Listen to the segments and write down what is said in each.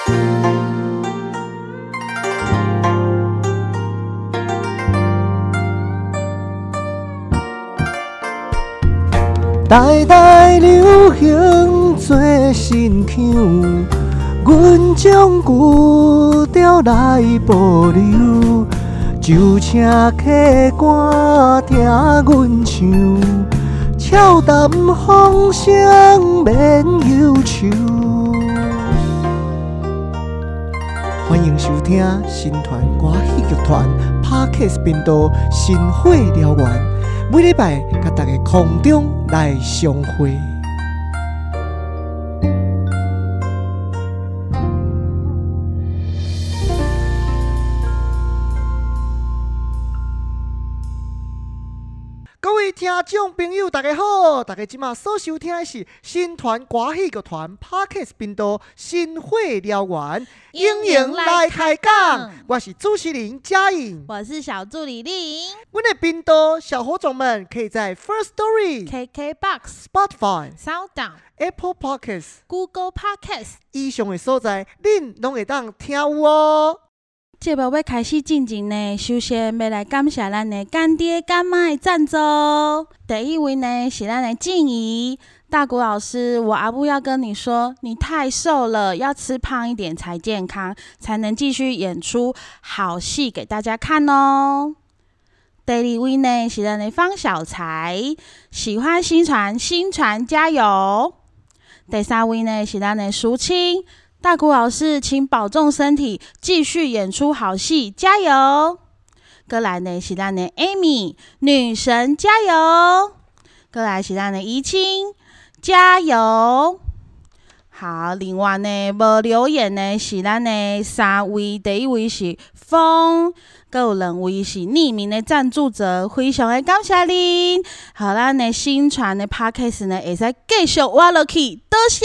代代流行做新腔，阮将旧调来保留，就请客官听阮唱，俏谈风声免忧愁。欢迎收听新团歌戏剧团 Podcast 频道《新火燎原》，每礼拜甲大家空中来相会。各位听众朋友，大家好！大家今麦所收听的是新团歌戏剧团 Podcast 频道《新火燎原》，欢迎来开讲。我是主持人嘉颖， 我是小助理丽颖。 我的频道小火种们可以在 First Story、KKBox、Spotify、SoundOn、Apple Podcasts、Google Podcasts 以上的所在，恁拢会当听有哦。 节目要开始进前呢，首先要来感谢咱的干爹干妈的赞助。第一位呢是咱的静怡大谷老师，我阿布要跟你说，你太瘦了，要吃胖一点才健康，才能继续演出好戏给大家看哦。第二位呢是咱的方小财，喜欢新传，新传加油。第三位呢是咱的淑清。大谷老师，请保重身体，继续演出好戏，加油！再来呢是咱的 Amy 女神，加油！再来是咱的怡清，加油！好，另外呢无留言呢是咱的三位，第一位是风，还有两位是匿名的赞助者，非常的感谢恁。好，咱的新传的 Podcast 呢会使继续活落去，多谢！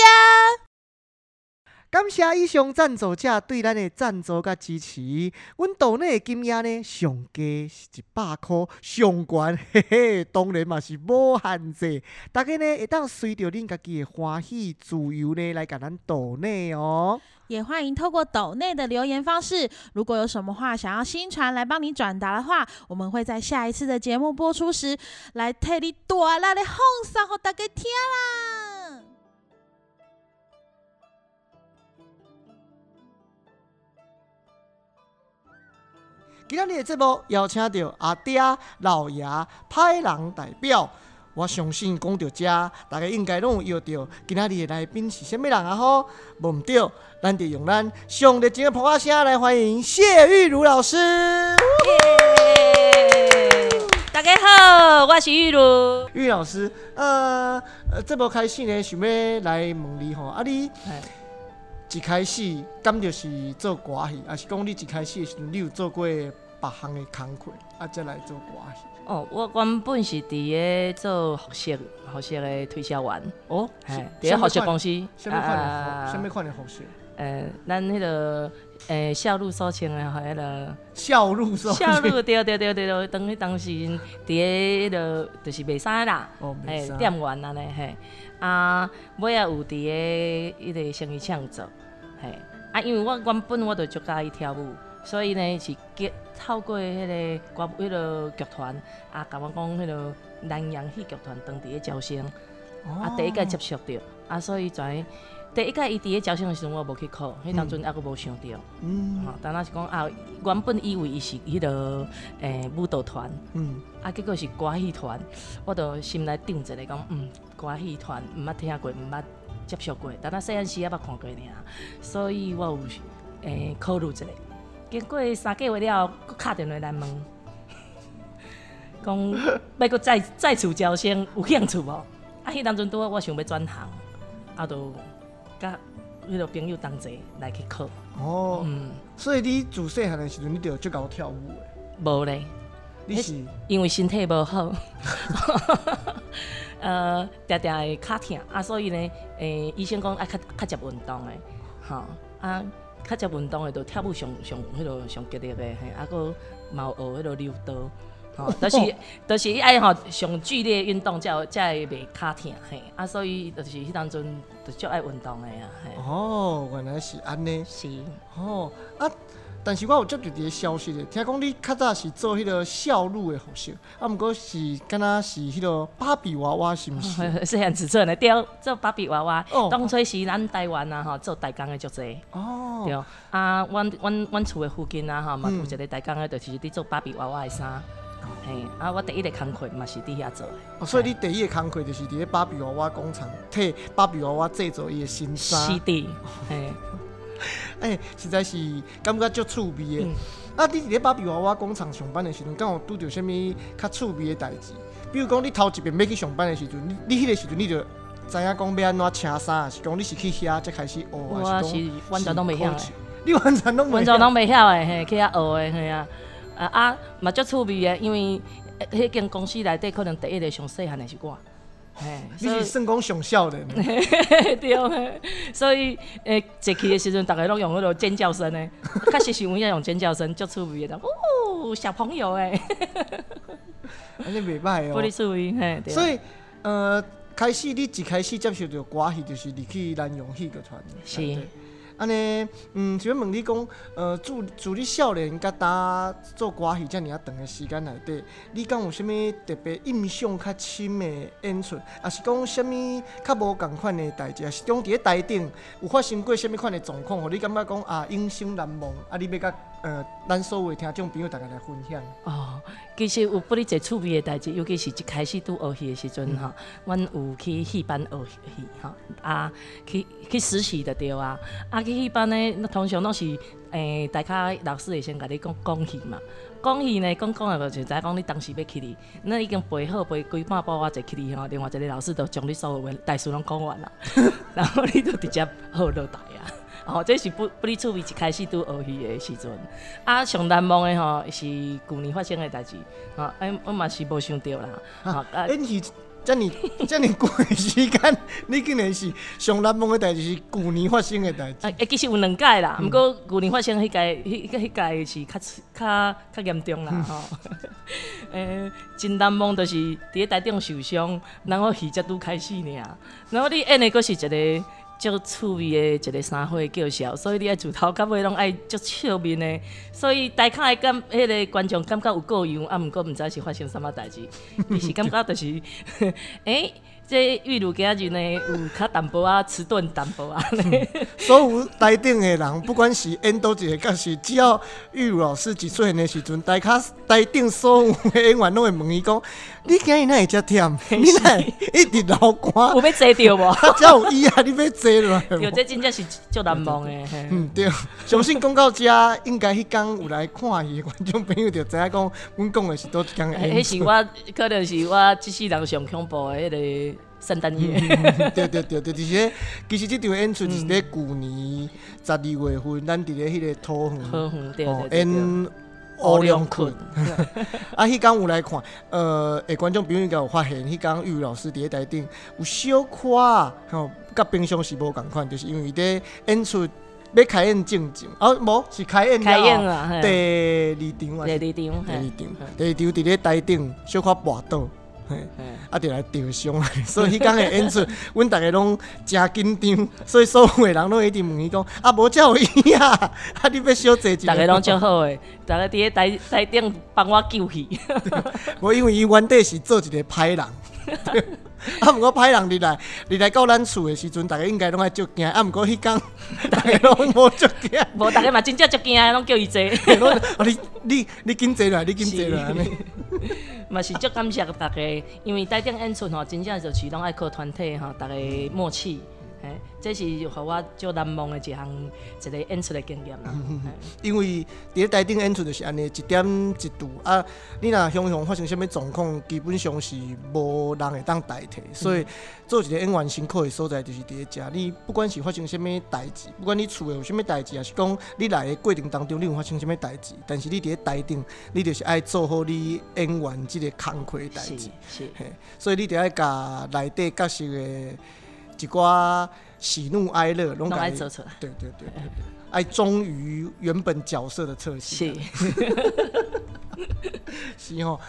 感谢以上赞助者对咱的赞助甲支持，阮岛内的金额呢上低是100块，上悬嘿嘿，当然嘛是无限制。大家呢会当随着恁家己的欢喜自由呢来甲咱岛内哦。 也欢迎透过斗内的留言方式，如果有什么话想要新传来帮你转达的话，我们会在下一次的节目播出时来替你大力的放送给大家听啦。 今仔日的节目邀请到阿爹、老爷、歹人代表，我相信讲到这，大家应该拢有摇到今仔日的来宾是啥物人啊？吼，无毋对，咱就用咱上热情的捧仔声来欢迎谢玉茹老师。 大家好，我是玉茹。 玉老师，节目开始呢，想要来问你吼，你一开始敢就是做歌戏，还是讲你一开始的时阵，你有做过别项的工课，才来做歌戏？ 哦，我原本是伫个做学习的推销员。 哦， 伫个学习公司。 什么款的学习？ 咱迄个销路所穿的，迄个销路所。 销路对，当时伫个迄个就是卖衫啦，店员安尼嘿。尾仔有伫个迄个生意厂做，嘿。因为我原本我就足喜欢跳舞，所以呢是透过迄个迄个剧团甲我讲迄个南洋戏剧团当伫个招生，第一届接触到，所以第一届伊伫个招生的时阵我无去考，迄当阵还阁无想到，当然是讲原本以为伊是迄个舞蹈团，结果是歌戏团，我就心内定一个讲，歌戏团毋捌听过，毋捌接触过，但细汉时也捌看过尔，所以我有考虑一下。经过3个月了，佫敲电话来问，讲要佫再次招生，有兴趣无？迄当阵拄好我想要转行，就甲迄个朋友同齐来去考。 哦，所以你自细汉的时阵，你就足够跳舞的？ 无咧， 你是因为身体无好，常常会脚痛，所以呢，医生讲爱较接运动的，吼较接运动的，就跳舞上迄个上激烈的，还佫嘛有学迄个柔道， 就是伊爱吼上剧烈运动，才会袂骹疼嘿。啊，所以就是迄当阵就足爱运动的啊。 哦，原来是安尼。 是。 哦啊，但是我有接到一个消息的，听讲你较早是做迄个孝路的服饰，啊，毋过是敢若是迄个芭比娃娃，是毋是？ 细汉尺寸的，对，做芭比娃娃。当初是咱台湾啊，吼做代工的足济。哦。对。啊，阮厝的附近啊，吼嘛有一个代工的，就是伫做芭比娃娃的衫。嘿，啊，我第一个工课嘛是伫遐做的。 所以你第一个工课就是伫咧芭比娃娃工厂替芭比娃娃制作伊的新衫。 是的。嘿。 实在是感觉足趣味的。啊，你伫咧芭比娃娃工厂上班的时阵，敢有拄着啥物较趣味的代志？比如讲，你头一遍要去上班的时阵，你迄个时阵你就知影讲要安怎请衫，是讲你是去遐才开始学， 我是完全拢袂晓的。 你完全拢袂晓的，嘿，去遐学的，嘿啊。嘛足趣味的，因为迄间公司内底可能第一个上细汉的是我。 你是算讲上少年， 对，所以坐去的时阵，大家拢用迄个尖叫声呢，确实是有影用尖叫声，足趣味的，哦，小朋友哎， 安尼袂歹哦， 不哩趣味，嘿， 所以开始你一开始接受到歌戏，就是入去南洋戏剧团， 是。 安尼，想问你讲，自你少年甲打做歌戏遮尔啊长的时间内底，你敢有啥物特别印象较深的演出，还是讲啥物较无共款的代志，还是讲伫咧台顶有发生过啥物款的状况，互你感觉讲啊永生难忘，啊你要甲咱所有的听众朋友大家来分享。 哦，其实有不哩侪趣味的代志，尤其是一开始拄学戏的时阵吼，阮有去戏班学戏吼，啊去实习就对啊，去戏班呢，通常拢是大家老师会先甲你讲戏嘛，讲戏呢讲了就知讲你当时要去哩，那已经背好背规半部我就去哩吼，另外一个老师就将你所有的代数拢讲完啦，然后你就直接好落台啊。哦，这是不哩趣味一开始拄学戏的时阵，啊，上难忘的吼是去年发生的代志，啊，我嘛是无想到啦， 演戏遮尔短的时间，你竟然是上难忘的代志是去年发生的代志。 其实有2届啦，不过去年发生迄届是较严重啦吼。真难忘就是伫咧台顶受伤，然后戏才拄开始尔，然后你演的佫是一个。足趣味的一个三岁叫嚣，所以你爱自头到尾拢爱足笑面的，所以大家迄个观众感觉有够样，啊，毋过毋知是发生啥物代志，伊是感觉就是这玉如今日呢有较淡薄啊，迟钝淡薄啊。 所有台顶的人，不管是演倒一个角色，只要玉如老师一出现的时阵，台顶所有的演员拢会问伊讲：你今日哪会遮忝？你哪会一直流汗？ 有要坐着无？ 才有伊啊！你要坐落来？ 对，这真正是足难忘的。 对，相信讲到遮，应该迄天有来看戏的观众朋友就知影讲，阮讲的是倒一天的演出。 迄是我，可能是我这世人上恐怖的迄个。圣诞夜， 对，就是其实这场演出就是咧去年12月份，咱伫咧迄个桃园，演乌龙困。啊，迄天有来看，观众朋友应该有发现，迄天玉老师伫咧台顶有小可甲平常时无共款，就是因为咧演出要开演正，无是开演啊， 第二场，伫咧台顶小可跋倒。就来吊伤，所以迄天的演出，阮大家拢真紧张，所以所有的人拢一直问伊讲：无才有伊啊！你要小坐一下。 大家拢足好诶，大家伫咧台顶帮我救戏。 无因为伊原底是做一个歹人，毋过歹人入来到咱厝的时阵，大家应该拢爱足惊。毋过迄天大家拢无足惊。 无，大家嘛真正足惊，拢叫伊坐。 你紧坐来，你紧坐来安尼。 嘛是足感谢大家，因为台顶演出吼，真正就是拢爱靠团体吼，大家默契，这是互我足难忘的一个演出的经验啦。 因为伫咧台顶演出就是安尼，一点一度啊，你若常发生什么状况，基本上是无人会当代替，所以做一个演员辛苦的所在就是伫咧遮。你不管是发生什么代志，不管你厝的有什么代志，还是讲你来的过程当中你有发生什么代志，但是你伫咧台顶，你就是爱做好你演员这个工课的代志。 是， 所以你得爱甲内底角色的一寡喜怒哀乐，拢爱做出来。 对，爱忠于原本角色的特性。 是， 是吼。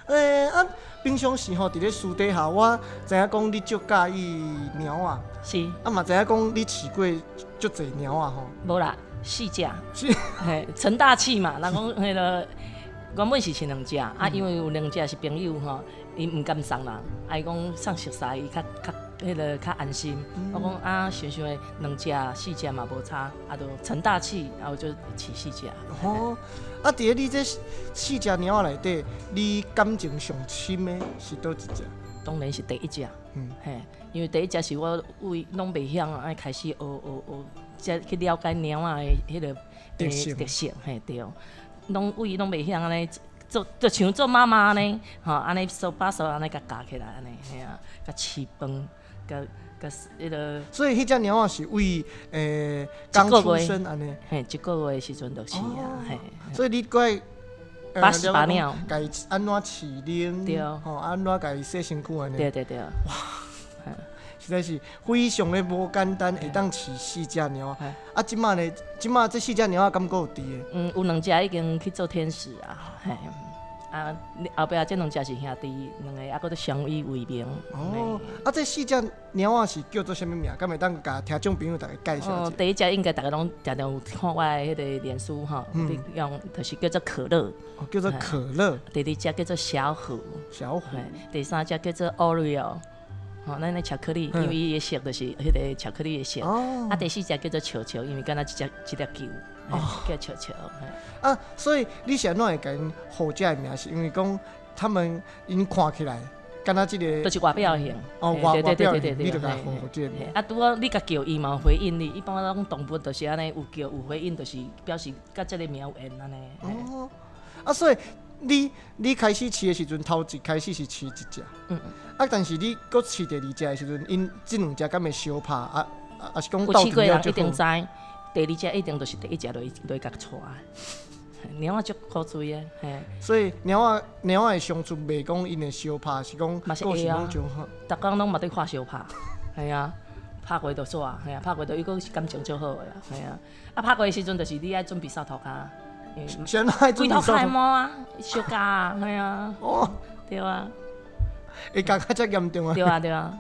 平常时吼，伫咧私底下，我知影讲你足介意猫啊， 是， 嘛知影讲你饲过足侪猫啊吼。 无啦，4只， 是， 嘿，成大器嘛，人讲迄个原本是饲2只，因为有2只是朋友吼，伊毋敢送人，伊讲送熟识伊较迄个较安心。我讲想想诶，2只、4只嘛无差，就成大器，然后就饲4只。 哦，伫咧你这4只猫仔内底，你感情上深的是倒一只？ 当然是第1只，嘿，因为第1只是我为拢袂晓，爱开始学，才去了解猫仔的迄个特性，嘿对，拢为拢袂晓安尼做，就像做妈妈安尼，吼安尼把手安尼甲夹起来安尼，嘿啊，甲饲饭，甲迄个。 所以迄只猫仔是为刚出生安尼， 嘿，1个月的时阵就饲啊，嘿。 所以你怪。 把屎把尿， 家安怎饲奶， 对， 吼安怎家洗身躯安尼， 对， 哇，实在是非常的无简单，会当饲4只猫。即马呢，这4只猫敢够有伫的？ 有2只已经去做天使啊，嘿，后壁这2只是兄弟，2个还佫相依为命。 哦，这4只猫是叫做啥物名？敢会当甲听众朋友大家介绍一下？ 第1只应该大家拢常常有看我的迄个脸书吼，用就是叫做可乐， 叫做可乐。 第2只叫做小虎，第3只叫做 Oreo。吼，咱的巧克力，因为伊的色就是迄个巧克力的色。第4只叫做球球，因为敢若一粒球，叫球球。 所以你是安怎会甲因互这名？是因为讲他们因看起来，敢若这个都是外表型。 外表型，你就甲互这个名。 拄好你甲叫伊嘛有回应你，一般咱讲动物就是安尼，有叫有回应，就是表示甲这个名有缘安尼。 所以你开始饲的时阵，头一开始是饲1只，但是你搁饲第2只的时阵，因这2只敢会相拍是讲有饲过人一定知，第2只一定就是第1只落甲带。猫仔足好追的，嘿。 所以猫仔的相处，袂讲因会相拍，是讲嘛是会啊。逐工拢嘛对看相拍，系啊，拍过就煞，系啊，拍过就伊个是感情足好的啦，系啊。拍过的时阵，就是你爱准备扫头骹。 先爱准备扫头开毛啊，小加啊，系啊。对啊。 会加较严重啊。 对啊。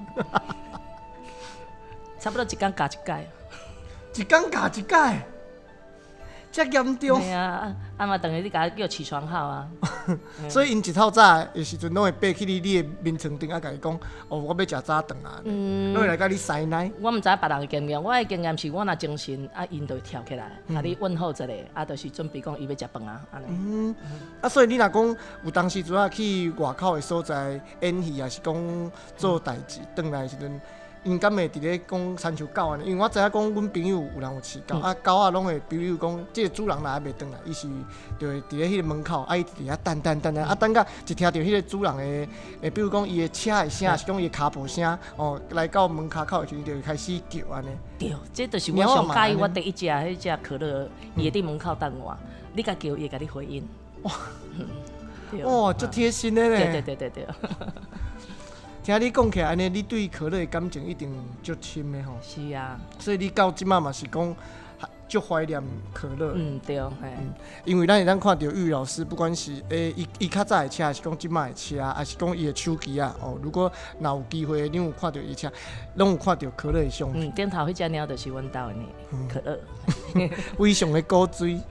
差不多1天加1届。 1天加1届，遮严重。 系啊，嘛等于你甲伊叫起床号啊。 所以因一透早的时阵，拢会爬去你的面床顶啊，甲伊讲，我要食早顿啊。拢会来甲你塞奶。 我毋知别人的经验，我的经验是我若精神，因就会跳起来，你问候一下，就是准备讲伊要食饭啊，安尼。 所以你若讲有当时阵去外口的所在演戏，也是讲做代志，转来的时阵。因敢会伫咧讲亲像狗安尼，因为我知影讲，阮朋友有人有饲狗，狗仔拢会，比如讲，即个主人若还袂转来，伊是就会伫咧迄个门口，伊伫遐等，等到一听到迄个主人的，比如讲伊的车的声，是讲伊的脚步声，来到门口的时阵，就会开始叫安尼。 对，这就是我上介意我第1只迄只可乐，伊会伫门口等我，你甲叫，伊会甲你回应。 哇，足贴心的咧。 对。 听你讲起来，安尼你对可乐的感情一定足深的吼。 是啊。 所以你到即马嘛是讲足怀念可乐。 对， 因为咱会当看到玉老师，不管是伊较早的车，还是讲即马的车，还是讲伊的手机啊，如果若有机会，你有看到伊车，拢有看到可乐的相片。 顶头迄只猫就是阮兜的呢，可乐。 非常的古锥。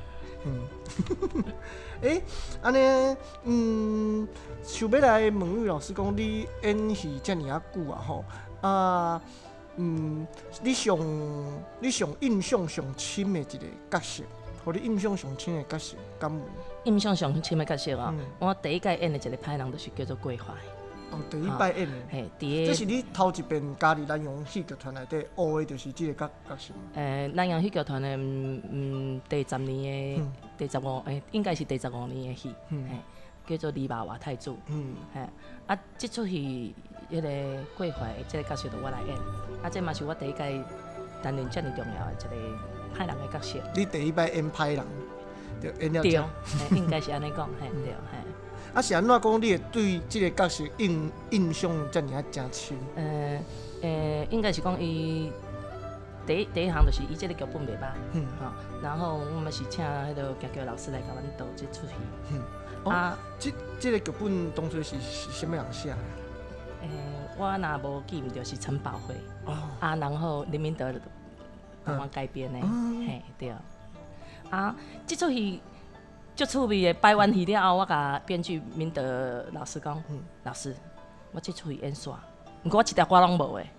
安尼，想要来问玉老师讲，你演戏遮尔久啊吼，你上印象上深的一个角色，互你印象上深的角色，敢有？ 印象上深的角色啊，我第1届演的一个歹人就是叫做桂花。 第一摆演的。 嘿， 这是你头一遍加入南洋戏剧团内底学的，就是这个角色。 南洋戏剧团的，第10年的，第15，应该是第15年的戏，叫做《篱笆外太子》。这出戏，迄个桂花这个角色就我来演，这嘛是我第1届担任这么重要的一个歹人的角色。 你第一摆演歹人，就演了这。 对，应该是安尼讲，对。 是安怎讲？你会对这个角色印象遮尔真深？ 应该是讲伊第一项就是伊这个剧本袂歹，然后我们是请迄个家教老师来甲阮导这出戏。 这个剧本当初是什么人写的？ 我若无记毋着是陈宝辉，然后林明德帮我改编的，嘿对。这出戏足趣味的，排完戏了后，我甲编剧明德老师讲，老师，我这出戏演煞，毋过我一条歌拢无诶。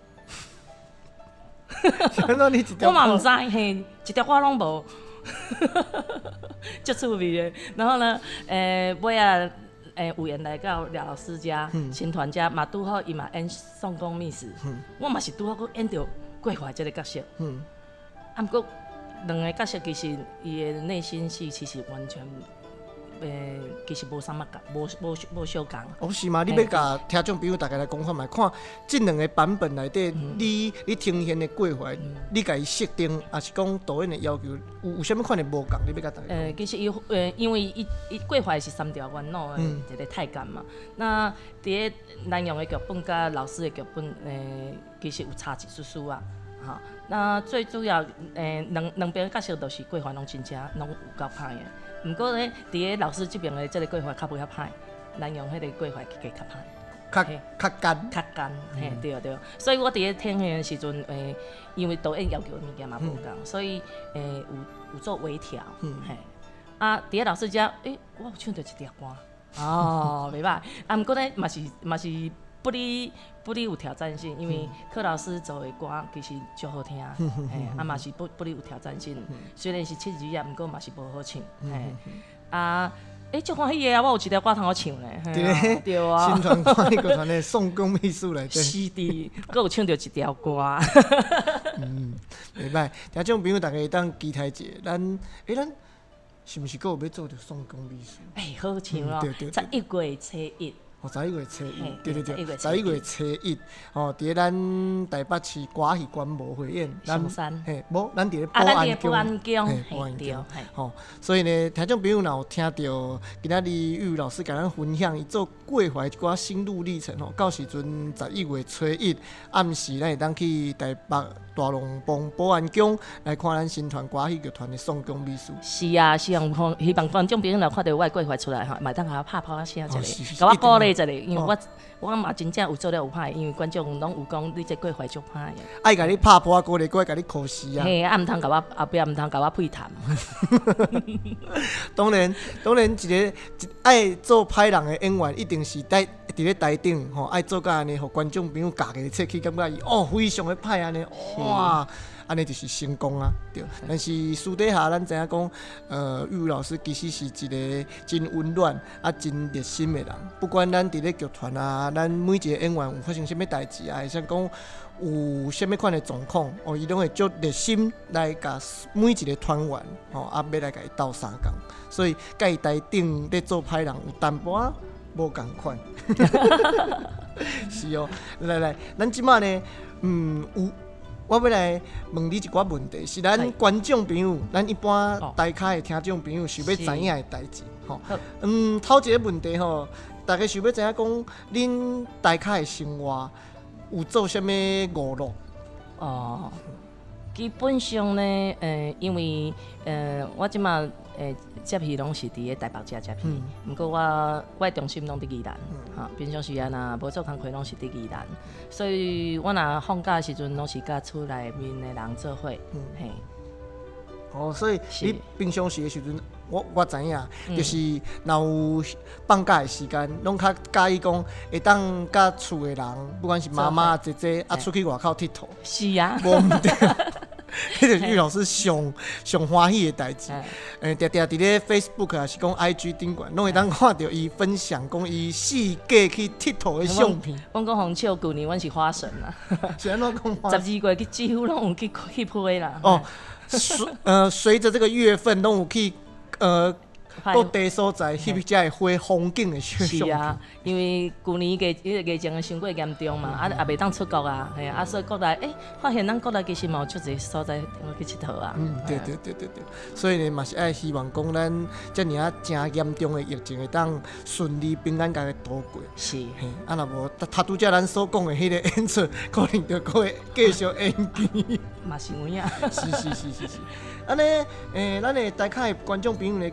我嘛毋知，嘿，一条歌拢无，足趣味的。然后呢，尾啊。有缘来到廖老师家，新团家嘛拄好，伊嘛演宋公秘史，我嘛是拄好演到桂怀这个角色。毋过两个角色其实伊的内心戏其实完全，其实无啥物无相共。 是吗？你要甲听众朋友大家来讲看卖，看这两个版本内底，你呈现的桂怀，你甲伊设定，还是讲导演的要求，有啥物款的无共？你要甲大家。 其实因为伊桂怀是三条元老的一个太监嘛，那伫个南洋的剧本甲老师的剧本，其实有差一丝丝啊。那最主要，两边的角色都是桂怀拢真正拢有够歹的。毋过咧，伫个老师这边的这个桂怀较袂遐歹，南洋迄个桂怀较歹，较干，嘿，对。所以我伫个听戏的时阵，因为导演要求的物件嘛无共，所以有做微调，嘿。伫个老师遮，我有唱到一条歌，袂歹。毋过咧，嘛是不离有挑战性，因为柯老师做的歌其实足好听，嘛是不离有挑战性。虽然是7字啊，毋过嘛是无好唱，足欢喜的啊！我有一条歌通好唱咧，对啊。 新团歌剧团的宋公秘书内底， 是的，佮有唱到一条歌。 袂歹，听众朋友大家当期待者，咱是毋是佮有要做着宋公秘书？ 好唱咯！11月初1。 11月初1，对，11月初1，伫咱台北市歌戏馆无汇演， 松山， 无，咱伫咧保安宫， 所以呢，听众朋友若有听到今仔日玉老师甲咱分享伊做桂怀一寡心路历程到时阵11月初1暗时，咱会当去台北大龙帮保安宫来看咱新团歌戏剧团的宋公秘书。 是啊，希望观众朋友若看到我桂怀出来嘛当甲我拍拍声一下，甲我鼓励一下，因为我嘛真正有做了有歹，因为观众拢有讲你这桂怀足歹的。 爱甲你拍破鼓励，搁爱甲你考试啊。 嘿，毋通甲我后壁毋通甲我配谈。 当然，一个爱做歹人的演员，一定是伫咧台顶爱做甲安尼，互观众朋友家己切去，感觉伊非常的歹安尼，哇，安尼就是成功啊，对。但是私底下咱知影讲，玉老师其实是一个真温暖真热心的人。不管咱伫咧剧团啊，咱每一个演员有发生什么代志啊，会像讲有什么款的状况，伊拢会足热心来甲每一个团员要来甲伊斗相共。所以甲伊台顶咧做歹人有淡薄无共款。是哦，来，咱即马呢，我要来问你一寡问题，是咱观众朋友，咱一般台卡的听众朋友想要知影的代志。头一个问题大家想要知影讲，恁台卡的生活有做啥物娱乐？ 基本上呢，因为我即马接戏拢是伫个台北遮接戏，毋过我的重心拢伫宜兰，平常时啊若无做工课拢是伫宜兰，所以我若放假的时阵拢是甲厝内面的人做伙，嘿。 所以你平常时的时阵，我知影，就是若有放假的时间，拢较介意讲会当甲厝的人，不管是妈妈、姐姐出去外口佚佗。 是啊。 无毋对。迄就是玉老师上欢喜的代志，常常伫咧 Facebook 啊，是讲 IG 顶管，拢会当看到伊分享讲伊四界去佚佗的相片。 阮讲红笑，旧年阮是花神啊， 是安怎讲 ？12月几乎拢有去拍啦。 随着这个月份，拢有去各地所在翕遮的花风景的相片。 是啊，因为旧年疫情的伤过严重嘛，也袂当出国啊，嘿啊，所以国内发现咱国内其实嘛有足侪所在去佚佗啊。 对。所以呢，嘛是爱希望讲咱遮尔真严重的疫情会当顺利平安甲伊度过。 是。 嘿，若无他拄则咱所讲的迄个演出，可能就会继续延期。 嘛是有影。 是。安尼，咱的台卡的观众朋友呢，佫有想要问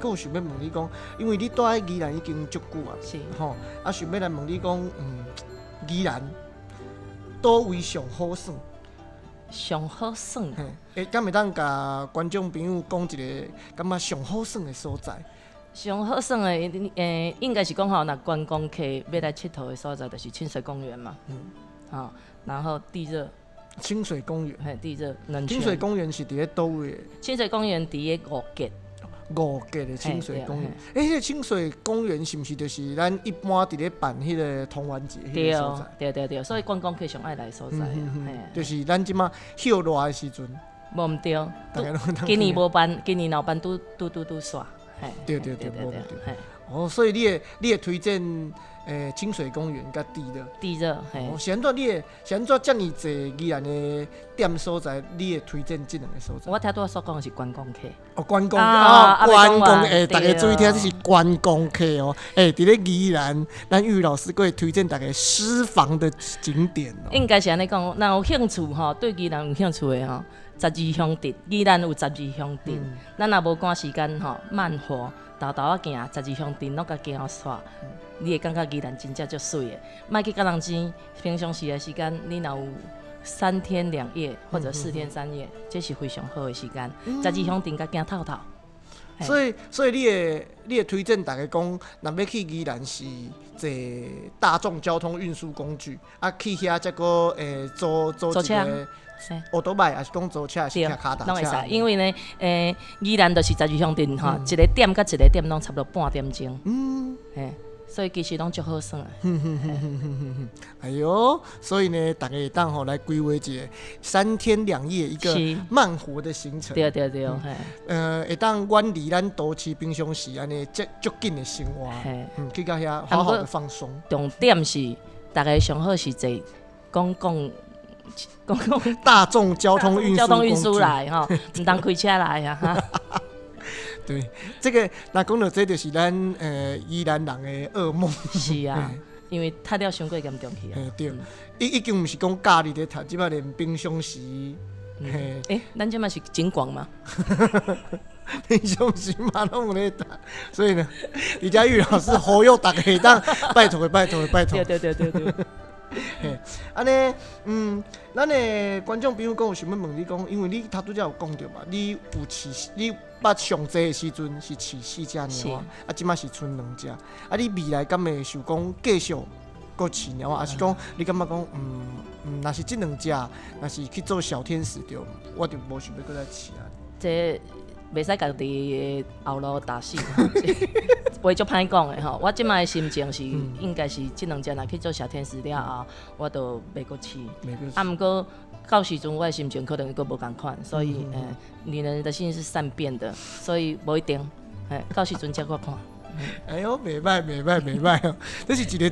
问你讲，因为你住喺宜兰已经足久啊， 是吼，啊想要来问你讲，宜兰倒位上好耍？ 上好耍。 敢会当甲观众朋友讲一个感觉上好耍的所在？ 上好耍的，应该是讲吼，那观光客要来佚佗的所在，就是清水公园嘛。然后地热。 清水公园。 地热冷泉。 清水公园是伫咧倒位的？ 清水公园伫咧五格。 五格的清水公园。迄个清水公园是毋是就是咱一般伫咧办迄个童玩节迄个所在？ 对，所以观光客上爱来的所在。 就是咱即马休热的时阵。 无毋对，今年无办，今年老办拄煞。 对，无毋对。所以你会推荐清水公园甲地热。是安怎遮尔济宜兰的店所在，你会推荐即两个所在？ 我听拄所讲的是观光客。 观光大家注意听，这是观光客哦。伫咧宜兰，咱玉老师会推荐大家私房的景点哦。 应该是安尼讲，若有兴趣吼，对宜兰有兴趣的吼，12乡镇，宜兰有12乡镇。咱若无赶时间吼，慢活。豆豆仔行12乡镇，拢甲行煞，你会感觉宜兰真正足水的。莫去甲人钱，平常时的时间，你若有3天2夜或者4天3夜，这是非常好的时间。12乡镇甲行透透。 所以你会推荐大家讲，若要去宜兰是坐大众交通运输工具，去遐则个租一个。奥多麦还是讲租车，还是骑脚踏车？ 拢会使，因为呢，宜兰就是12乡镇吼，一个点甲一个点拢差不多半点钟。所以其实拢足好耍的。 哎呦，所以呢，大家会当来规划一个3天2夜一个慢活的行程。 对， 会当远离咱都市平常时安尼足紧的生活，去到遐好好的放松。 重点是，大家上好是坐公共大众交通运输来吼，唔当开车来啊哈。 对，这个那讲到这就是咱宜兰人的噩梦。 是啊，因为踢了伤过严重去啊。 对，已经唔是讲假日咧踢，即摆连平常时。 咱即摆是景广吗？ 平常时嘛拢有咧踢，所以呢，李佳玉老师呼吁大家当拜托。 对。 安尼，咱的观众朋友讲有想要问你讲，因为你头拄则有讲到嘛，你捌上济的时阵是饲4只猫啊，即马是剩2只，你未来敢会想讲继续搁饲猫啊？还是讲你感觉讲，若是即2只，若是去做小天使着，我就无想要搁再饲啊。 这袂使家己后路打死，话足歹讲的吼。我即摆的心情是，应该是即2只若去做小天使了后，我就袂搁饲。毋过到时阵我的心情可能佫无共款，所以女人的心是善变的，所以无一定。到时阵才我看。 哎呦，袂歹哦！这是一个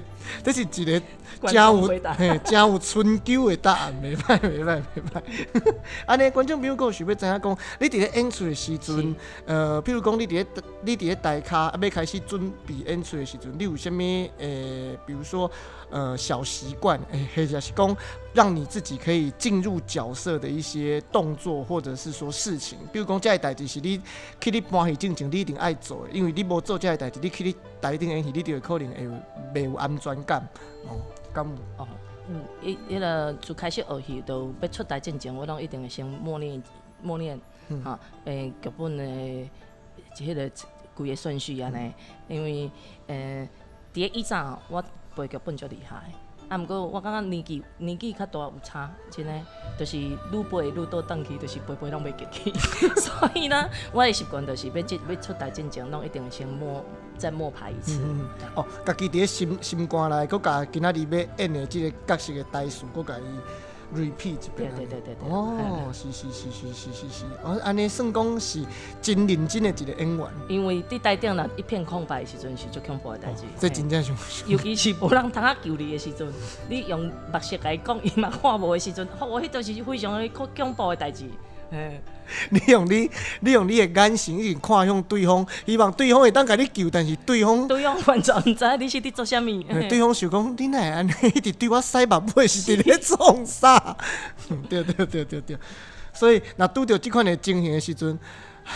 真有春秋的答案，袂歹。安尼，观众朋友佫有想要知影讲，你伫咧演出的时阵，譬如讲你伫咧台卡要开始准备演出的时阵，你有啥物比如说小习惯，或者是讲让你自己可以进入角色的一些动作，或者是说事情，比如讲这个代志是你去你搬戏进前你一定爱做的，因为你无做这个代志，你去你台顶演戏，你就可能会袂有安全感，敢有？ 迄个就开始学戏，就要出台进前，我拢一定会先默念，剧本的迄个规个顺序安尼，因为伫咧以前我背剧本足厉害。毋过我感觉年纪较大有差，真诶，就是愈背愈倒转去，就是背拢袂记起。所以呢，我的习惯就是要出台进前，拢一定先再默排一次。 家己伫咧心肝内，佮甲今仔日要演的即个角色的台词，佮甲伊 repeat 一遍。 对。 是。安尼算讲是真认真的一个演员。 因为伫台顶若一片空白的时阵，是最恐怖的代志。 这真正上。 尤其是无人通救你的时阵，你用目色来讲，伊嘛看无的时阵，我迄都是非常的恐怖的代志。 你用你的眼神已经看向对方，希望对方会当甲你救，但是对方完全毋知你是伫做啥物。 对方想讲，你哪会安尼一直对我甩目尾，是伫咧创啥？对。所以，若拄着即款的情形的时阵，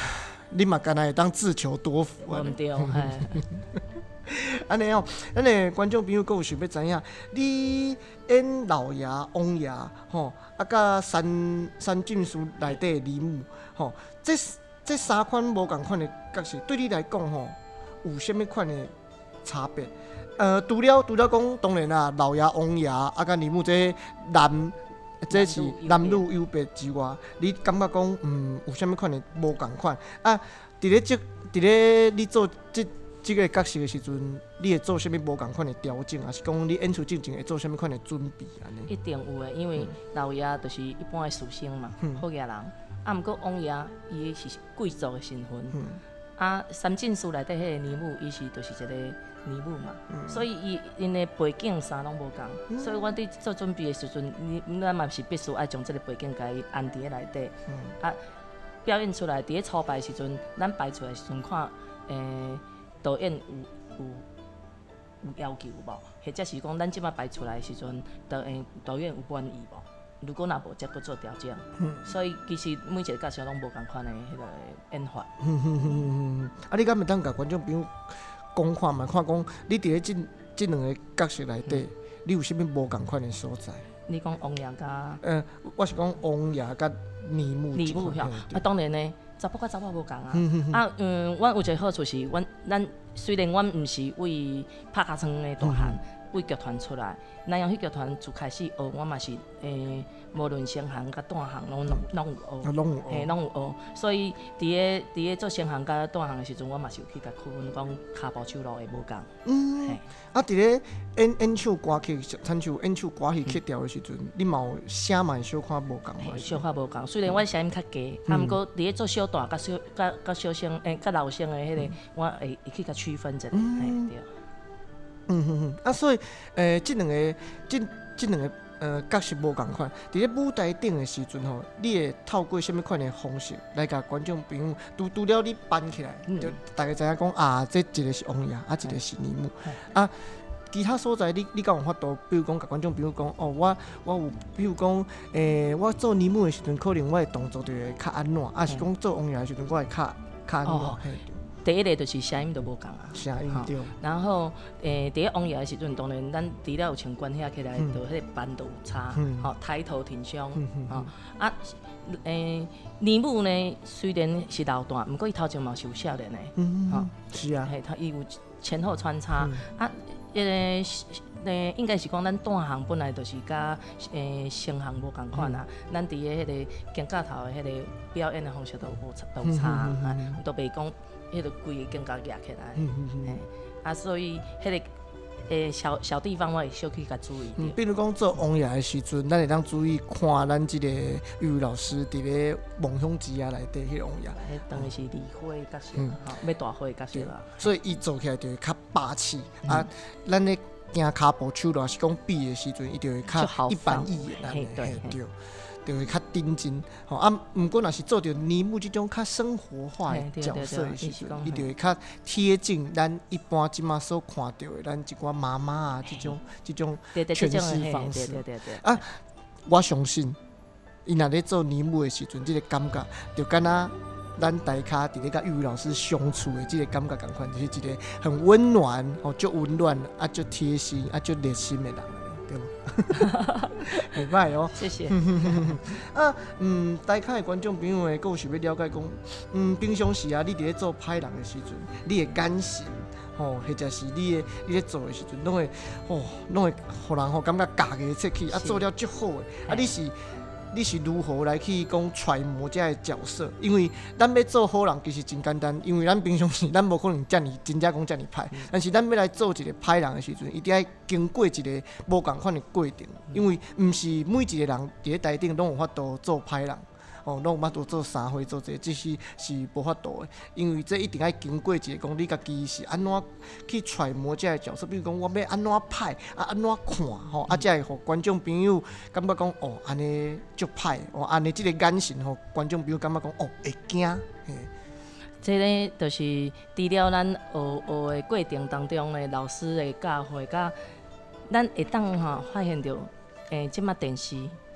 你嘛干那会当自求多福啊。 毋对，嘿。 安尼哦，咱的观众朋友，阁有想要知影，你演老爷、王爷，吼，啊，甲三进书内底的李母，吼，这三款无共款的角色，对你来讲，吼，有啥物款的差别？除了讲，当然啦，老爷、王爷，啊，甲李母这这是男女有别之外，你感觉讲，有啥物款的无共款？啊，伫咧你做这个角色的时阵，你会做啥物无共款的调整，还是讲你演出进前会做啥物款的准备安尼？ 一定有诶，因为老爷就是一般的书生嘛，好野人。啊，毋过王爷伊是贵族的身份。啊，三进书内底迄个尼母，伊就是一个尼母嘛，所以因的背景啥拢无共。所以我伫做准备的时阵，咱嘛是必须爱将这个背景甲伊安伫咧内底。啊，表演出来，伫咧初排的时阵，咱排出来的时阵看，导演有要求无，或者是讲咱即摆排出来的时阵，导演有满意无？如果若无，则搁做调整。所以其实每一个角色拢无共款的迄个演法。 啊，你敢会当甲观众朋友讲看嘛？看讲你伫咧即两个角色内底，你有啥物无共款的所在？ 你讲王爷甲？ 我是讲王爷甲尼母。 尼母吼，啊，当然呢。查甫甲查某无共啊！阮有一个好处是，咱虽然阮毋是为拍卡床的大汉，为剧团出来，咱用迄剧团自开始学，我嘛是无论先行甲大行拢有学，拢有学。所以伫咧做先行甲大行的时阵，我嘛是有去甲区分讲骹步手路会无共。 啊，伫咧演唱歌曲，亲像演唱歌曲曲调的时阵，你嘛有声嘛小可无共嘛？ 小可无共，虽然我声音较低，啊，毋过伫咧做小段甲小声甲老声的迄个，我会去甲区分一下，对。 啊，所以即两个角色无共款，伫咧舞台顶的时阵吼，你会透过什么款的方式来甲观众朋友除了你搬起来，就大家知影讲啊，这一个是王爷，啊，一个是尼母，啊。其他所在，你敢有法度？比如讲，甲观众朋友讲，哦，我有，比如讲，我做尼母的时阵，可能我的动作就会较安怎，啊是讲做王爷的时阵，我会较安怎？ 第一个就是声音都无共啊， 声音对。 然后伫咧王爷的时阵，当然咱除了有穿关遐起来，就迄个班都有差，吼抬头挺胸，吼啊，尼母呢虽然是老大，毋过伊头前嘛是有少年的，吼是啊， 嘿，伊有前后穿插啊，应该是讲咱大行本来就是甲先行无共款啊，咱伫咧迄个镜架头的迄个表演的方式都有差，都袂讲。迄个规个更加夹起来，啊，所以迄个小地方我会小去甲注意。 比如讲做王爷的时阵，咱会当注意看咱即个玉老师伫咧梦想之夜内底迄个王爷。 迄当然是离火的角色，要大火的角色啦。 所以伊做起来就会较霸气啊，咱咧行骹步手路是讲比的时阵，伊就会较一板一眼安尼，对。就会较认真，吼啊！毋过若是做着尼母即种较生活化的角色的时阵，伊就会较贴近咱一般即马所看到的咱一寡妈妈啊，即种诠释方式。啊，我相信，伊若咧做尼母的时阵，即个感觉就敢若咱大家伫咧甲玉老师相处的即个感觉共款，就是一个很温暖，吼，足温暖啊，足贴心啊，足热心的人。对无？袂歹哦， 谢谢。 啊，台下的观众朋友诶，佫有想要了解讲，平常时啊，你伫咧做歹人的时阵，你的眼神，吼，或者是你咧做的时阵，拢会互人感觉家己出去，啊，做了足好诶，啊，你是如何来去讲揣摩这个角色？因为咱要做好人其实真简单，因为咱平常时咱无可能真正讲遮尔歹，但是咱要来做一个歹人的时阵，一定要经过一个无共款的过程，因为毋是每一个人伫咧台顶拢有法度做歹人。哦，拢有法度做三回做这是无法度的，因为这一定要经过一个讲你家己是安怎去揣摩这个角色，比如讲我要安怎拍啊，安怎看吼，啊，才会互观众朋友感觉讲哦，安尼足歹哦，安尼即个眼神吼，观众朋友感觉讲哦会惊嘿。 这个就是除了咱学的过程当中的老师的教诲，甲咱会当发现到即马电视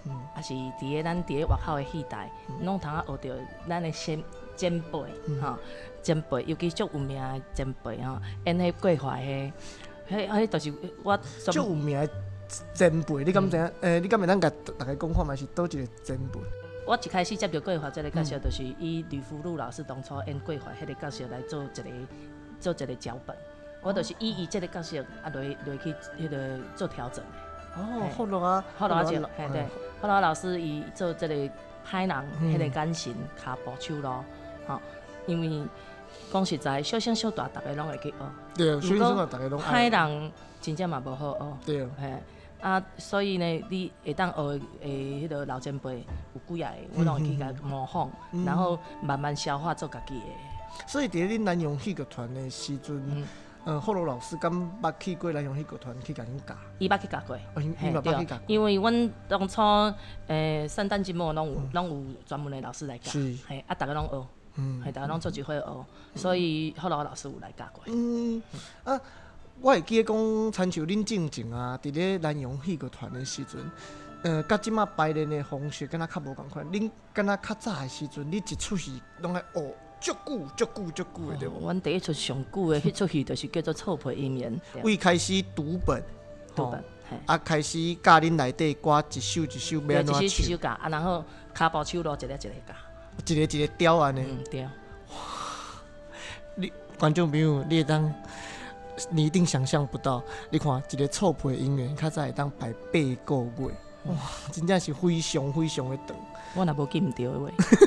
也是咱伫咧外口的戏台，拢通学着咱的前辈吼，前辈，尤其足有名的前辈吼，演迄桂花迄就是我足有名的前辈，你敢知影？你敢会当甲大家讲看嘛？是倒一个前辈？ 我一开始接到桂花这个角色，就是以吕福禄老师当初演桂花迄个角色来做一个脚本，我就是以伊这个角色落去迄个做调整。 好落啊， 嘿对，后来老师伊做这个歹人迄个感情骹步手路，吼，因为讲实在，小小小大大家拢会去学。 对，小小小大家拢爱。歹人真正嘛无好学。 对。 嘿。所以呢，你会当学迄个老前辈有几个，我拢会去甲模仿，然后慢慢消化做家己的。 所以伫恁南洋戏剧团的时阵，霍罗老师敢捌去过南洋戏剧团去甲恁教？ 伊捌去教过。 伊嘛捌去教。 因为阮当初圣诞节目拢有专门的老师来教，嘿，大家拢学，嘿，大家拢做一伙学，所以霍罗老师有来教过。 我会记得讲，亲像恁正前啊，伫咧南洋戏剧团的时阵，甲即马排练的方式，敢若较无共款。恁敢若较早的时阵，你一出戏拢爱学足久的，对无？ 阮第一出上久的迄出戏，就是叫做《错配姻缘》。 为开始读本，开始教恁内底歌一首一首要安怎唱。 一首教，然后骹步手路一个教。 一个调安尼。 对。 你观众朋友，你会当。你一定想象不到，你看一个错配姻缘，较早会当排8个月，哇，真正是非常的长。 我若无记唔到的话。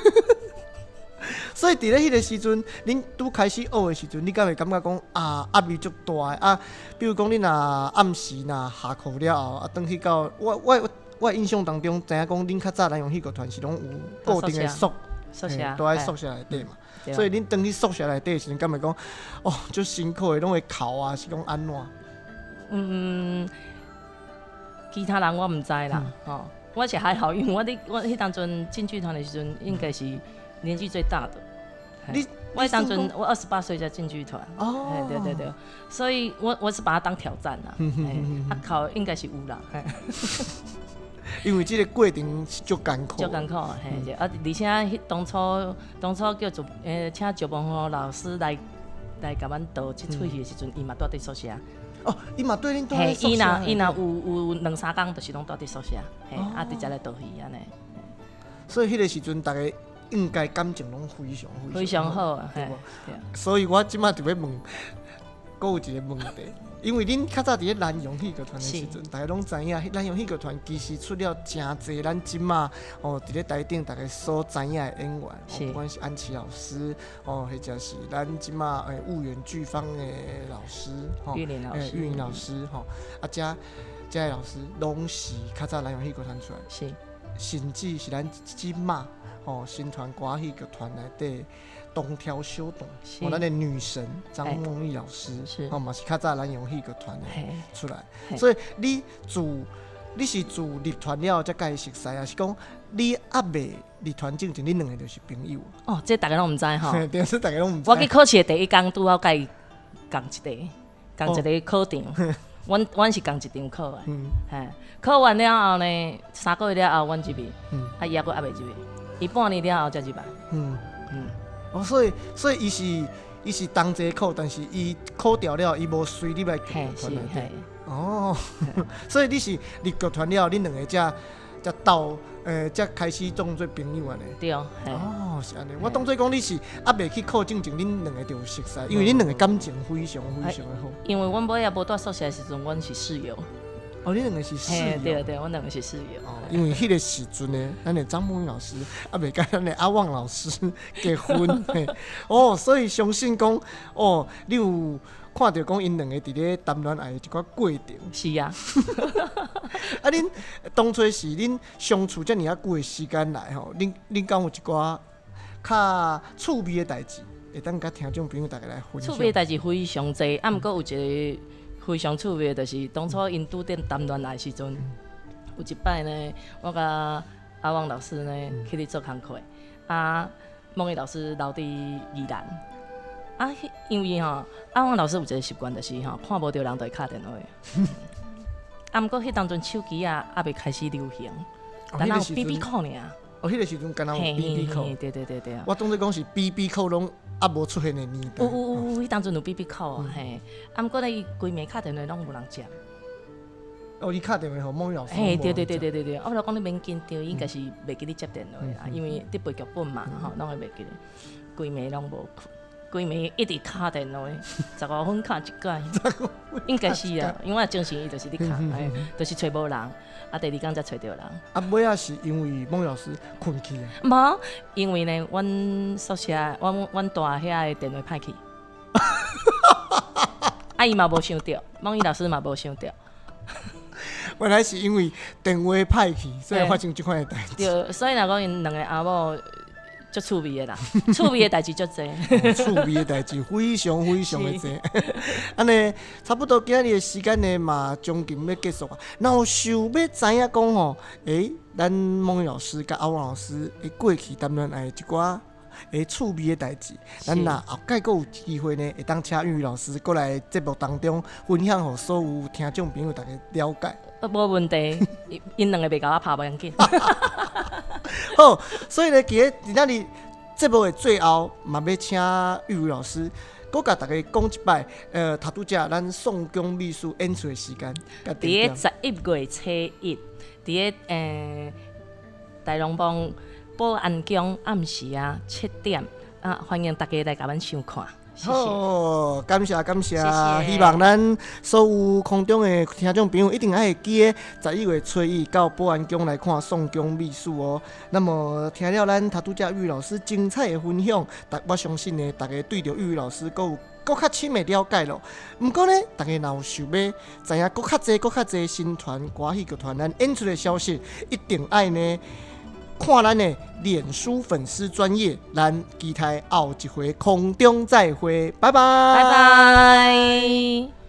所以伫咧迄个时阵，恁拄开始学的时阵，你敢会感觉讲压力足大的啊？比如讲，恁若暗时若下课了后，转去到我印象当中，知影讲恁较早南洋戏剧团是拢有固定的宿舍，都在宿舍内底嘛。所以恁转去宿舍内底的时阵，敢会讲足辛苦的，拢会哭啊，是讲安怎？ 其他人我唔知啦，我是还好，因为我迄当阵进剧团的时阵，应该是年纪最大的。我当阵我28岁才进剧团。对，所以我是把它当挑战啦。考应该是有啦。 因为这个过程是足艰苦， 嘿，而且当初叫做请石文华老师来甲阮导这出戏的时阵，伊嘛住伫宿舍。 伊嘛对恁住伫宿舍。 伊若有2-3工，就是拢住伫宿舍，嘿，伫遮来导戏安尼。 所以迄个时阵，大家应该感情拢非常好， 对无？所以我即马就要问，阁有一个问题。因为恁较早伫咧南洋戏剧团的时阵，大家拢知影，南洋戏剧团其实出了真侪咱即马伫咧台顶大家所知影的演员，不管是安琪老师或者是咱即马婺源剧坊的老师， 玉玲老师， 遮的老师拢是较早南洋戏剧团出来， 是，甚至是咱即马新团歌戏剧团内底。东挑小董，咱的女神张梦丽老师，嘛是较早南洋戏剧团的出来，所以你是自入团了才甲伊熟悉啊？是讲你还未入团之前，恁两个就是朋友？ 这大家拢唔知吼。 对，这大家拢唔知。 我去考试的第一天，拄好甲伊共一个考场，阮是共一场考的，考完了后呢，3个月了后，阮入去，伊还佫未入去，伊半年了后才入来。 所以伊是同齐考，但是伊考掉了，伊无随你来剧团内底。所以你是入剧团了，恁两个才斗才开始当做朋友安尼。 对。 是安尼。我当做讲你是还未去考进前，恁两个就有熟悉，因为恁两个感情非常的好。 因为阮尾也无住宿舍的时阵，阮是室友。 恁两个是室友。 对，阮两个是室友。 因为迄个时阵呢，咱的张梦老师未甲咱的阿旺老师结婚，所以相信讲，你有看到讲因两个伫咧谈恋爱的一寡过程。 是啊。 恁当初是恁相处遮尔久的时间来吼，恁敢有一寡较趣味的代志，会当甲听众朋友大家来分享。 趣味的代志非常侪，毋过有一个。非常趣味的，就是当初因拄在谈恋爱的时阵，有一摆呢，我甲阿旺老师呢去做工课，梦怡老师留伫宜兰，因为阿旺老师有一个习惯，就是看无到人就会敲电话。毋过迄当阵手机还未开始流行， 但那有 BB 扣尔。 哦，迄个时阵敢若有 BB 扣。 对对对对。 我当作讲是 BB 扣拢还无出现的年代。 有，迄当阵有 BB 扣啊，嘿。啊，毋过咧，伊规暝敲电话拢无人接。 哦，你敲电话互孟玉老师。 嘿，对。我就讲你免紧张，应该是袂记你接电话啦，因为伫背剧本嘛，吼，拢会袂记。规暝拢无困。规暝一直敲电话，15分敲一届，应该是啊，因为我精神伊就是咧敲，就是找无人，啊，第二天才找到人。 啊，尾仔是因为孟老师困去啊？ 无，因为呢，阮宿舍，阮大遐的电话歹去，啊，伊嘛无想到，孟老师嘛无想到。 原来是因为电话歹去，所以发生这款的代志。 对，所以若讲因两个阿某。足趣味的啦，趣味的代志足侪， 趣味的代志非常的侪。安尼差不多今日的时间呢嘛将近要结束啊。然后想要知影讲吼，咱孟玉老师甲阿旺老师的过去谈恋爱一寡趣味的代志，咱若后盖阁有机会呢，会当请玉老师过来节目当中分享，互所有听众朋友大家了解。 无问题，因两个袂甲我拍无要紧。 好，所以呢，今仔日节目的最后，嘛要请玉老师，搁甲大家讲一摆，头拄则咱宋江秘书演出的时间。 伫个11月初1，伫个大龙帮保安宫暗时啊7点啊，欢迎大家来甲阮收看。 好，感谢， 谢谢。 希望咱所有空中的听众朋友一定还会记得11月初1到保安宫来看宋江秘书哦。那么听了咱头拄则玉老师精彩的分享，我相信呢，大家对着玉老师更较深的了解咯。不过呢，大家若有想要知影更较侪新团歌戏剧团咱演出的消息，一定爱呢。看咱的脸书粉丝专页，咱期待后一回空中再会，拜拜。 拜拜。